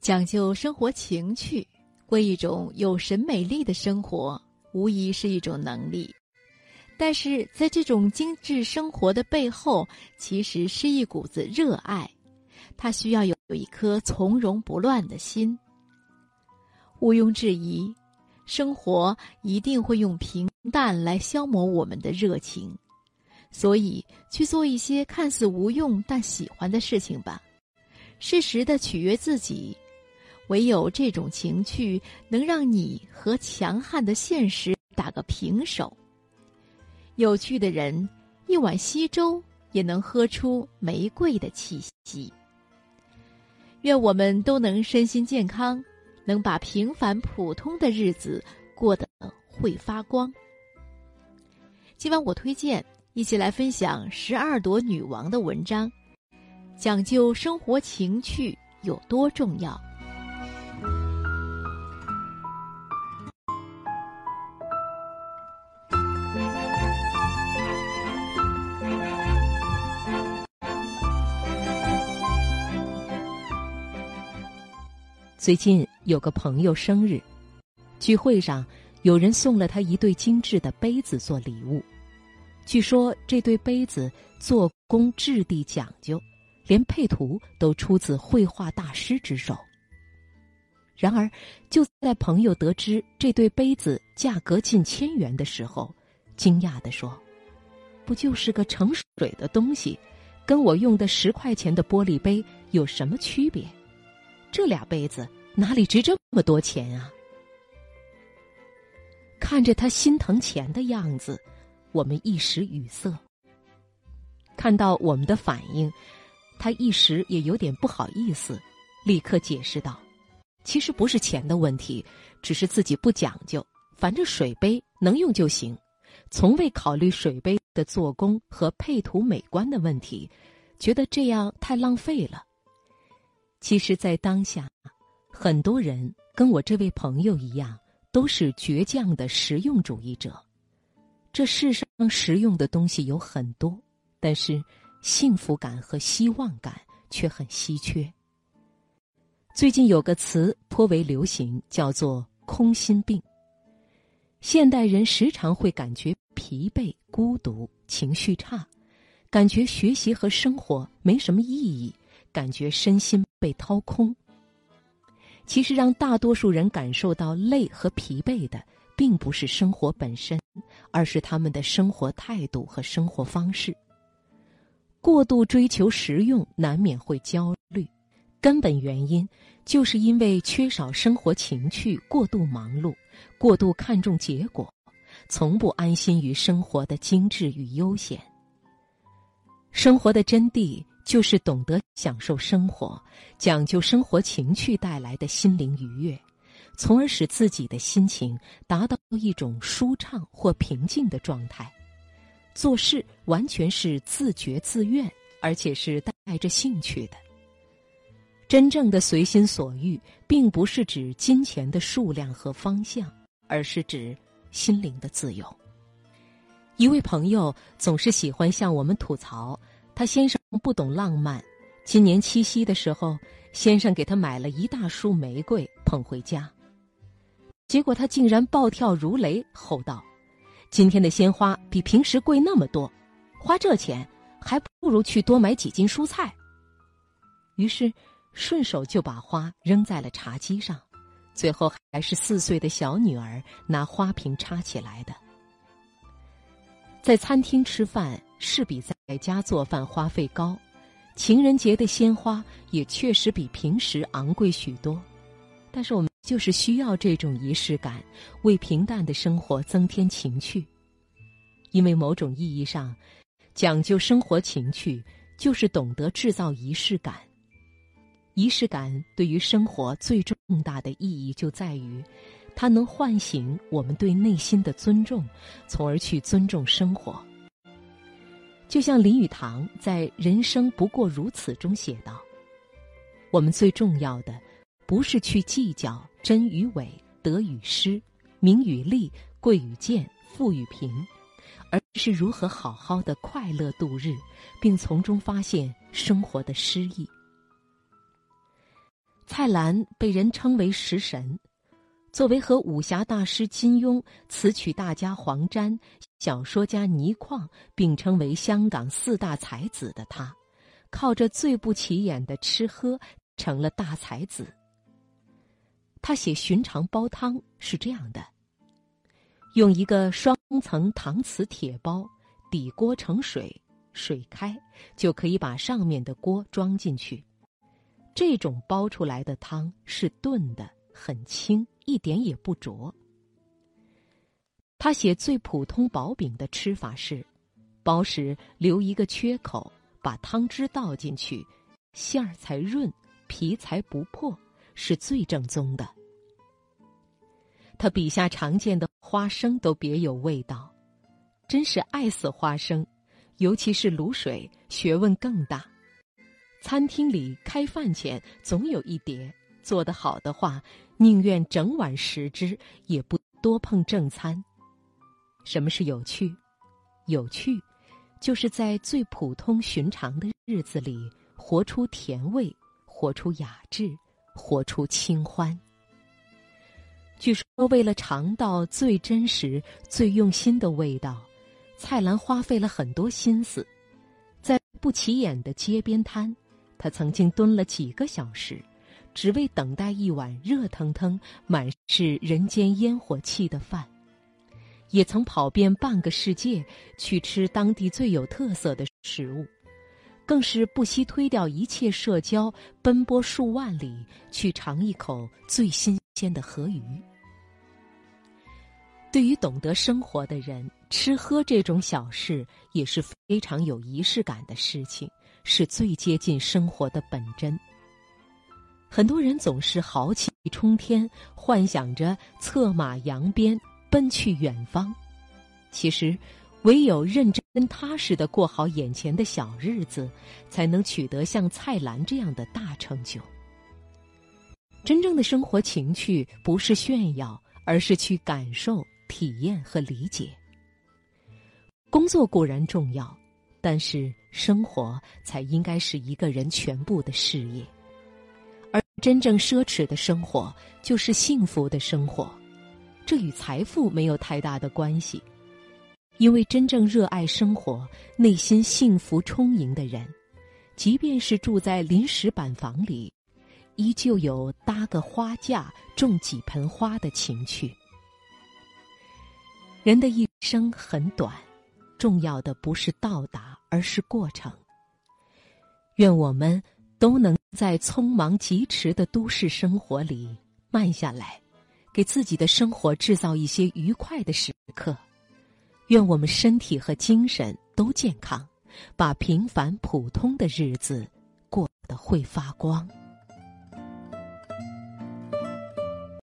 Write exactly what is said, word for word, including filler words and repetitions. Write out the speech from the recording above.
讲究生活情趣，过一种有审美力的生活，无疑是一种能力。但是在这种精致生活的背后，其实是一股子热爱，它需要有有一颗从容不乱的心。毋庸置疑，生活一定会用平淡来消磨我们的热情，所以去做一些看似无用但喜欢的事情吧，适时地取悦自己。唯有这种情趣能让你和强悍的现实打个平手。有趣的人，一碗稀粥也能喝出玫瑰的气息。愿我们都能身心健康，能把平凡普通的日子过得会发光。今晚我推荐一起来分享十二朵女王的文章，讲究生活情趣有多重要。 最近有个朋友生日，聚会上有人送了他一对精致的杯子做礼物。据说这对杯子做工质地讲究，连配图都出自绘画大师之手。然而就在朋友得知这对杯子价格近千元的时候，惊讶地说：不就是个盛水的东西，跟我用的十块钱的玻璃杯有什么区别？这俩杯子哪里值这么多钱啊？看着他心疼钱的样子，我们一时语塞。看到我们的反应，他一时也有点不好意思，立刻解释道：其实不是钱的问题，只是自己不讲究，反正水杯能用就行，从未考虑水杯的做工和配图美观的问题，觉得这样太浪费了。其实在当下，很多人跟我这位朋友一样，都是倔强的实用主义者。这世上实用的东西有很多，但是幸福感和希望感却很稀缺。最近有个词颇为流行，叫做空心病。现代人时常会感觉疲惫、孤独、情绪差，感觉学习和生活没什么意义，感觉身心被掏空。其实让大多数人感受到累和疲惫的，并不是生活本身，而是他们的生活态度和生活方式。过度追求实用，难免会焦虑，根本原因就是因为缺少生活情趣，过度忙碌，过度看重结果，从不安心于生活的精致与悠闲。生活的真谛就是懂得享受生活，讲究生活情趣带来的心灵愉悦，从而使自己的心情达到一种舒畅或平静的状态。做事完全是自觉自愿，而且是带着兴趣的。真正的随心所欲，并不是指金钱的数量和方向，而是指心灵的自由。一位朋友总是喜欢向我们吐槽，他先生不懂浪漫，今年七夕的时候，先生给他买了一大束玫瑰捧回家，结果他竟然暴跳如雷，吼道：今天的鲜花比平时贵那么多，花这钱还不如去多买几斤蔬菜。于是顺手就把花扔在了茶几上，最后还是四岁的小女儿拿花瓶插起来的。在餐厅吃饭是比在家做饭花费高，情人节的鲜花也确实比平时昂贵许多，但是我们就是需要这种仪式感，为平淡的生活增添情趣。因为某种意义上，讲究生活情趣就是懂得制造仪式感。仪式感对于生活最重大的意义就在于，它能唤醒我们对内心的尊重，从而去尊重生活。就像林语堂在《人生不过如此》中写道：我们最重要的不是去计较真与伪、得与失、名与利、贵与贱、富与贫，而是如何好好的快乐度日，并从中发现生活的诗意。 蔡澜被人称为食神，作为和武侠大师金庸、词曲大家黄沾、小说家倪匡并称为香港四大才子的他，靠着最不起眼的吃喝成了大才子。他写《寻常煲汤》是这样的：用一个双层搪瓷铁煲，底锅盛水，水开就可以把上面的锅装进去。这种煲出来的汤是炖的，很清，一点也不浊。他写最普通薄饼的吃法是，煲时留一个缺口，把汤汁倒进去，馅儿才润，皮才不破，是最正宗的。他笔下常见的花生都别有味道，真是爱死花生，尤其是卤水，学问更大。餐厅里开饭前总有一碟，做得好的话，宁愿整碗食之，也不多碰正餐。什么是有趣？有趣，就是在最普通寻常的日子里，活出甜味，活出雅致，活出清欢。据说为了尝到最真实、最用心的味道，蔡澜花费了很多心思。在不起眼的街边摊，他曾经蹲了几个小时，只为等待一碗热腾腾、满是人间烟火气的饭。也曾跑遍半个世界去吃当地最有特色的食物，更是不惜推掉一切社交，奔波数万里去尝一口最新鲜的河鱼。对于懂得生活的人，吃喝这种小事也是非常有仪式感的事情，是最接近生活的本真。很多人总是豪气冲天，幻想着策马扬鞭，奔去远方。其实唯有认真踏实地过好眼前的小日子，才能取得像蔡澜这样的大成就。真正的生活情趣不是炫耀，而是去感受、体验和理解。工作固然重要，但是生活才应该是一个人全部的事业。而真正奢侈的生活，就是幸福的生活。这与财富没有太大的关系，因为真正热爱生活、内心幸福充盈的人，即便是住在临时板房里，依旧有搭个花架、种几盆花的情趣。人的一生很短，重要的不是到达，而是过程。愿我们都能在匆忙疾驰的都市生活里慢下来，给自己的生活制造一些愉快的时刻。愿我们身体和精神都健康，把平凡普通的日子过得会发光。